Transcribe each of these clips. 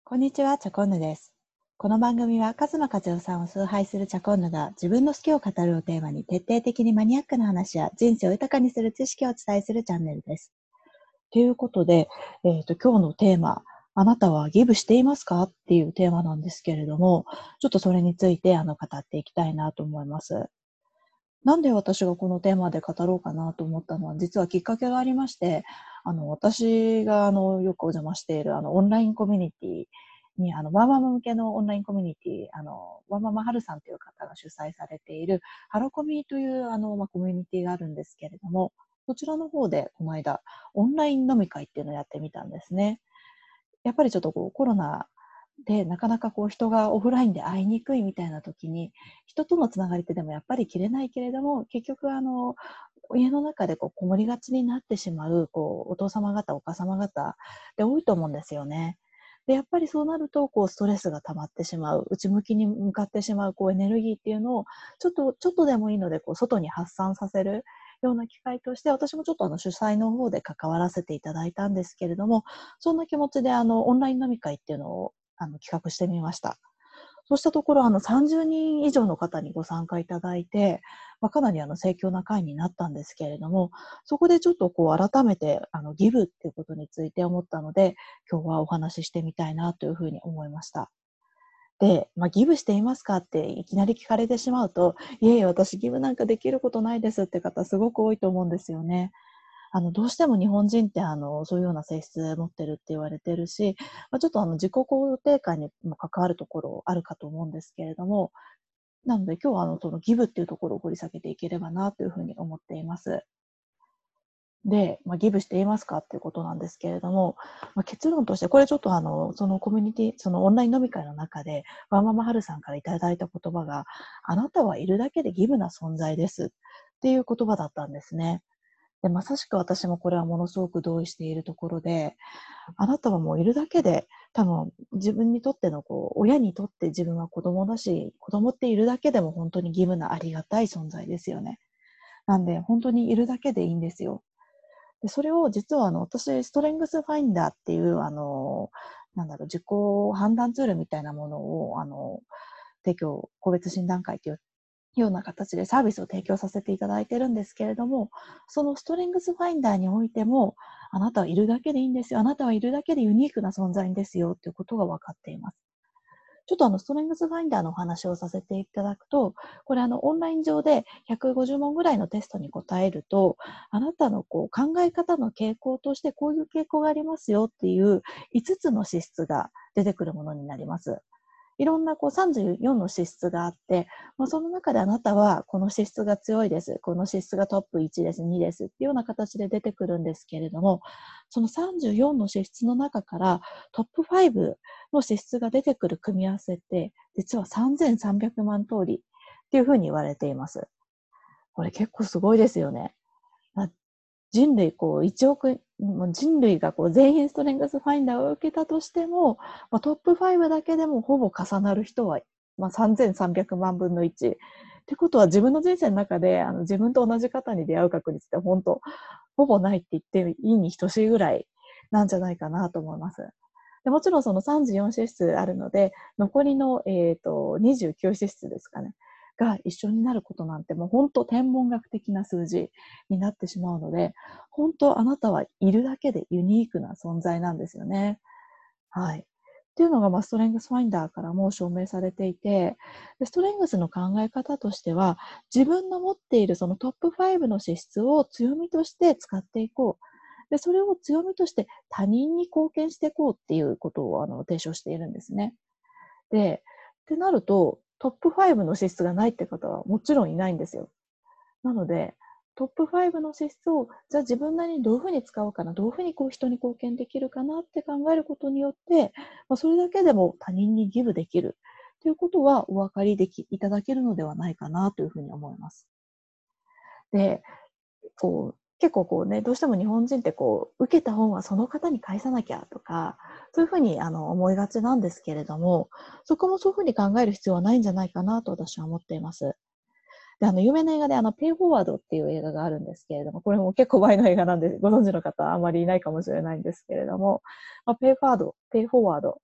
こんにちは、チャコンヌです。この番組は、勝間和代さんを崇拝するチャコンヌが自分の好きを語るをテーマに徹底的にマニアックな話や人生を豊かにする知識をお伝えするチャンネルです。ということで、今日のテーマ、あなたはギブしていますかっていうテーマなんですけれども、ちょっとそれについて語っていきたいなと思います。なんで私がこのテーマで語ろうかなと思ったのは、実はきっかけがありまして、私がよくお邪魔しているオンラインコミュニティに、ワーママ向けのオンラインコミュニティ、ワーママハルさんという方が主催されている、ハロコミという、コミュニティがあるんですけれども、そちらの方で、この間、オンライン飲み会っていうのをやってみたんですね。やっぱりちょっとコロナでなかなか人がオフラインで会いにくいみたいな時に、人とのつながりってでもやっぱり切れないけれども、結局家の中でこもりがちになってしまうお父様方お母様方で多いと思うんですよね。でやっぱりそうなるとストレスが溜まってしまう、内向きに向かってしまうエネルギーっていうのをちょっとでもいいので外に発散させるような機会として、私もちょっと主催の方で関わらせていただいたんですけれども、そんな気持ちでオンライン飲み会っていうのを企画してみました。そうしたところ、30人以上の方にご参加いただいて、かなり盛況な会になったんですけれども、そこでちょっと改めてギブっていうことについて思ったので、今日はお話ししてみたいなというふうに思いました。で、ギブしていますかっていきなり聞かれてしまうと、いえいえ、私ギブなんかできることないですって方すごく多いと思うんですよね。どうしても日本人ってそういうような性質持ってるって言われてるし、ちょっと自己肯定感にも関わるところあるかと思うんですけれども、なので今日はそのギブっていうところを掘り下げていければなというふうに思っています。で、ギブしていますかっていうことなんですけれども、結論として、これちょっとそのコミュニティ、そのオンライン飲み会の中で、ワーママハルさんからいただいた言葉が、あなたはいるだけでギブな存在ですっていう言葉だったんですね。で、まさしく私もこれはものすごく同意しているところで、あなたはもういるだけで、多分自分にとっての親にとって自分は子供だし、子供っているだけでも本当に義務なありがたい存在ですよね。なんで本当にいるだけでいいんですよ。で、それを実は私、ストレングスファインダーっていう、自己判断ツールみたいなものを、提供、個別診断会というような形でサービスを提供させていただいているんですけれども、そのストレングスファインダーにおいても、あなたはいるだけでいいんですよ。あなたはいるだけでユニークな存在ですよということが分かっています。ちょっとストレングスファインダーのお話をさせていただくと、これオンライン上で150問ぐらいのテストに答えると、あなたの考え方の傾向としてこういう傾向がありますよっていう5つの資質が出てくるものになります。いろんな34の資質があって、その中であなたはこの資質が強いです。この資質がトップ1です、2ですっていうような形で出てくるんですけれども、その34の資質の中からトップ5の資質が出てくる組み合わせって、実は3300万通りっていうふうに言われています。これ結構すごいですよね。人類1億、人類が全員ストレングスファインダーを受けたとしても、トップ5だけでもほぼ重なる人は、3300万分の1。ってことは自分の人生の中で自分と同じ方に出会う確率って本当ほぼないって言っていいに等しいぐらいなんじゃないかなと思います。でもちろんその34資質あるので、残りの、29資質ですかね。が一緒になることなんてもう本当天文学的な数字になってしまうので、本当あなたはいるだけでユニークな存在なんですよね。はい。っていうのが、ストレングスファインダーからも証明されていて、ストレングスの考え方としては、自分の持っているそのトップ5の資質を強みとして使っていこう。で、それを強みとして他人に貢献していこうっていうことを提唱しているんですね。で、ってなると、トップ5の資質がないって方はもちろんいないんですよ。なので、トップ5の資質を、じゃあ自分なりにどういうふうに使おうかな、どういうふうに人に貢献できるかなって考えることによって、それだけでも他人にギブできるということはお分かりいただけるのではないかなというふうに思います。で、結構どうしても日本人って受けた本はその方に返さなきゃとか、そういうふうに思いがちなんですけれども、そこもそういうふうに考える必要はないんじゃないかなと私は思っています。で、有名な映画でペイフォワードっていう映画があるんですけれども、これも結構前の映画なんで、ご存知の方はあまりいないかもしれないんですけれども、ペイフォワード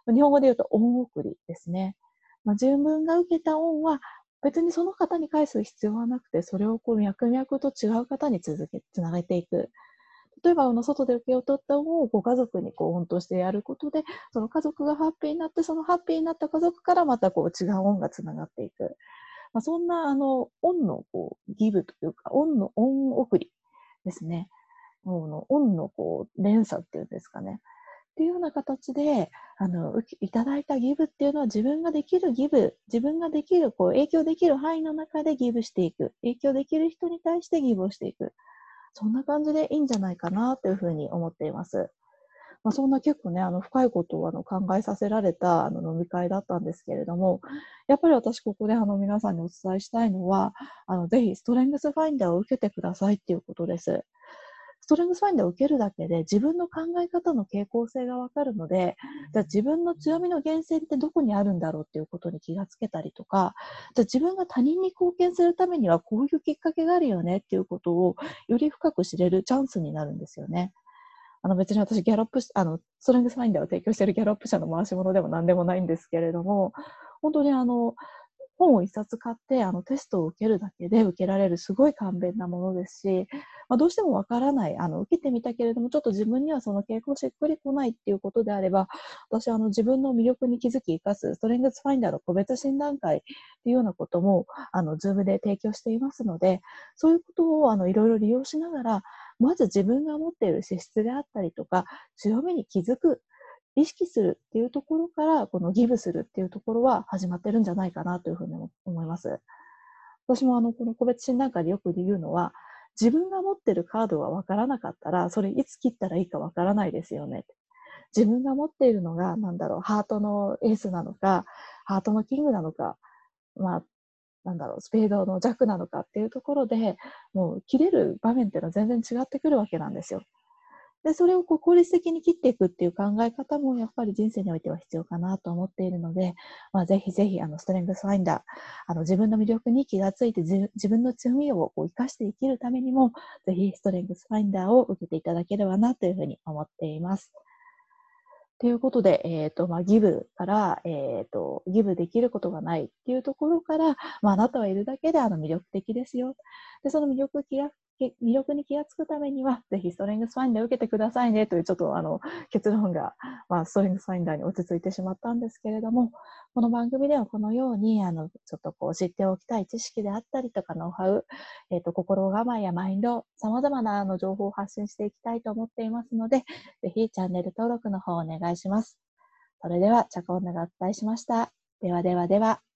日本語で言うと恩送りですね。自分が受けた恩は別にその方に返す必要はなくて、それを脈々と違う方につなげていく。例えば、外で受け取った恩をご家族に恩としてやることで、その家族がハッピーになって、そのハッピーになった家族からまた違う恩がつながっていく。そんな、恩のギブというか、恩送りですね。恩の連鎖っていうんですかね。っていうような形で、いただいたギブっていうのは自分ができるギブ、自分ができる、影響できる範囲の中でギブしていく。影響できる人に対してギブをしていく。そんな感じでいいんじゃないかなというふうに思っています。そんな結構ね、深いことを考えさせられた飲み会だったんですけれども、やっぱり私ここで皆さんにお伝えしたいのは、ぜひストレングスファインダーを受けてくださいっていうことです。ストレングスファインダーを受けるだけで自分の考え方の傾向性がわかるので、じゃあ自分の強みの源泉ってどこにあるんだろうっていうことに気がつけたりとか、じゃあ自分が他人に貢献するためにはこういうきっかけがあるよねっていうことをより深く知れるチャンスになるんですよね。別に私ギャロップ、ストレングスファインダーを提供しているギャロップ社の回し物でも何でもないんですけれども、本当に本を一冊買って、テストを受けるだけで受けられるすごい簡便なものですし、どうしてもわからない、受けてみたけれども、ちょっと自分にはその傾向しっくりこないっていうことであれば、私は自分の魅力に気づき生かすストレングスファインダーの個別診断会っていうようなことも、ズームで提供していますので、そういうことをいろいろ利用しながら、まず自分が持っている資質であったりとか、強みに気づく、意識するっていうところから、このギブするっていうところは始まってるんじゃないかなというふうに思います。私もこの個別診断会でよく言うのは、自分が持ってるカードがわからなかったら、それいつ切ったらいいかわからないですよね。自分が持っているのが、ハートのエースなのか、ハートのキングなのか、スペードの弱なのかっていうところで、もう切れる場面っていうのは全然違ってくるわけなんですよ。で、それを効率的に切っていくっていう考え方もやっぱり人生においては必要かなと思っているので、ぜひぜひストレングスファインダー、自分の魅力に気がついて自分の強みを生かして生きるためにも、ぜひストレングスファインダーを受けていただければなというふうに思っています。ということで、ギブから、ギブできることがないっていうところから、あなたはいるだけで魅力的ですよ。で、その魅力に気がつくためには、ぜひストレングスファインダーを受けてくださいねという、ちょっと結論が、ストレングスファインダーに落ち着いてしまったんですけれども、この番組ではこのように、ちょっと知っておきたい知識であったりとか、ノウハウ、心構えやマインド、様々な情報を発信していきたいと思っていますので、ぜひチャンネル登録の方をお願いします。それでは、チャコンヌがお伝えしました。ではではでは。